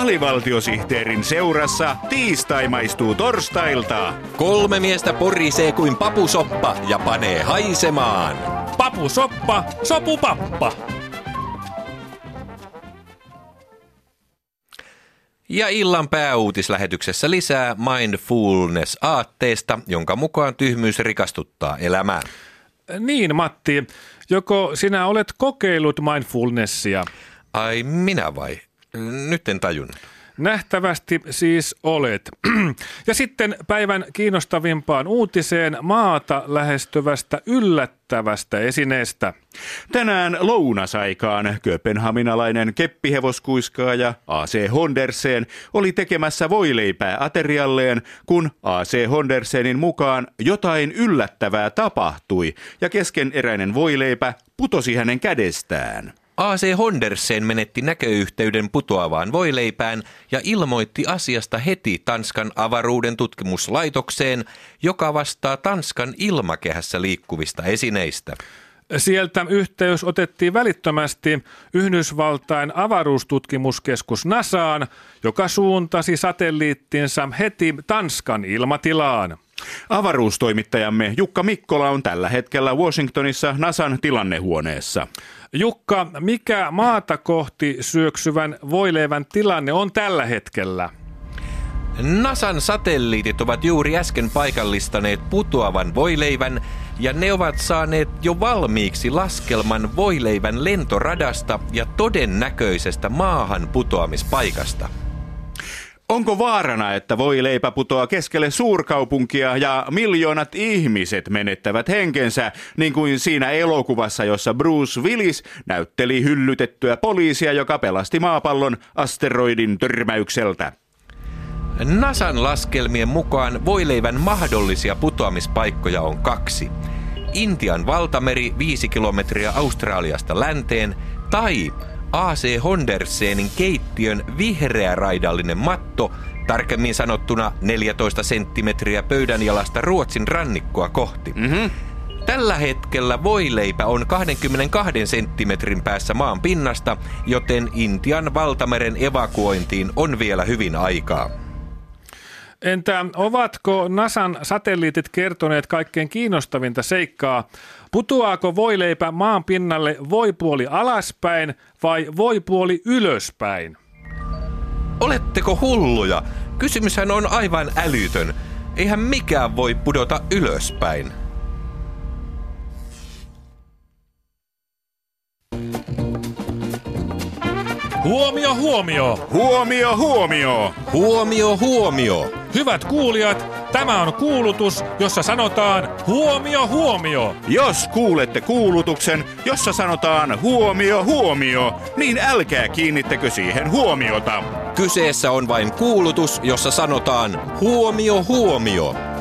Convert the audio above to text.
alivaltiosihteerin seurassa tiistai maistuu torstailta. 3 miestä porisee kuin papusoppa ja panee haisemaan. Papusoppa, sopupappa. Ja illan pääuutislähetyksessä lisää mindfulness-aatteesta, jonka mukaan tyhmyys rikastuttaa elämää. Niin, Matti, joko sinä olet kokeillut mindfulnessia? Ai minä vai? Nyt en tajunnut. Nähtävästi siis olet. Ja sitten päivän kiinnostavimpaan uutiseen maata lähestyvästä yllättävästä esineestä. Tänään lounasaikaan kööpenhaminalainen keppihevoskuiskaaja A.C. Hondersen oli tekemässä voileipää aterialleen, kun A.C. Hondersenin mukaan jotain yllättävää tapahtui ja keskeneräinen voileipä putosi hänen kädestään. A.C. Hondersen menetti näköyhteyden putoavaan voileipään ja ilmoitti asiasta heti Tanskan avaruuden tutkimuslaitokseen, joka vastaa Tanskan ilmakehässä liikkuvista esineistä. Sieltä yhteys otettiin välittömästi Yhdysvaltain avaruustutkimuskeskus NASAan, joka suuntasi satelliittinsa heti Tanskan ilmatilaan. Avaruustoimittajamme Jukka Mikkola on tällä hetkellä Washingtonissa NASAn tilannehuoneessa. Jukka, mikä maata kohti syöksyvän voileivän tilanne on tällä hetkellä? NASAn satelliitit ovat juuri äsken paikallistaneet putoavan voileivän ja ne ovat saaneet jo valmiiksi laskelman voileivän lentoradasta ja todennäköisestä maahan putoamispaikasta. Onko vaarana, että voileipä putoaa keskelle suurkaupunkia ja miljoonat ihmiset menettävät henkensä, niin kuin siinä elokuvassa, jossa Bruce Willis näytteli hyllytettyä poliisia, joka pelasti maapallon asteroidin törmäykseltä? NASAn laskelmien mukaan voileivän mahdollisia putoamispaikkoja on 2. Intian valtameri 5 kilometriä Australiasta länteen tai A.C. Hondersenin keittiön vihreäraidallinen matto, tarkemmin sanottuna 14 senttimetriä pöydänjalasta Ruotsin rannikkoa kohti. Tällä hetkellä voileipä on 22 senttimetrin päässä maan pinnasta, joten Intian valtameren evakuointiin on vielä hyvin aikaa. Entä ovatko NASAn satelliitit kertoneet kaikkein kiinnostavinta seikkaa? Putoaako voileipä maan pinnalle voipuoli alaspäin vai voipuoli ylöspäin? Oletteko hulluja? Kysymyshän on aivan älytön. Eihän mikään voi pudota ylöspäin. Huomio, huomio! Huomio, huomio! Huomio, huomio! Hyvät kuulijat, tämä on kuulutus, jossa sanotaan huomio, huomio! Jos kuulette kuulutuksen, jossa sanotaan huomio, huomio, niin älkää kiinnittäkö siihen huomiota. Kyseessä on vain kuulutus, jossa sanotaan huomio, huomio.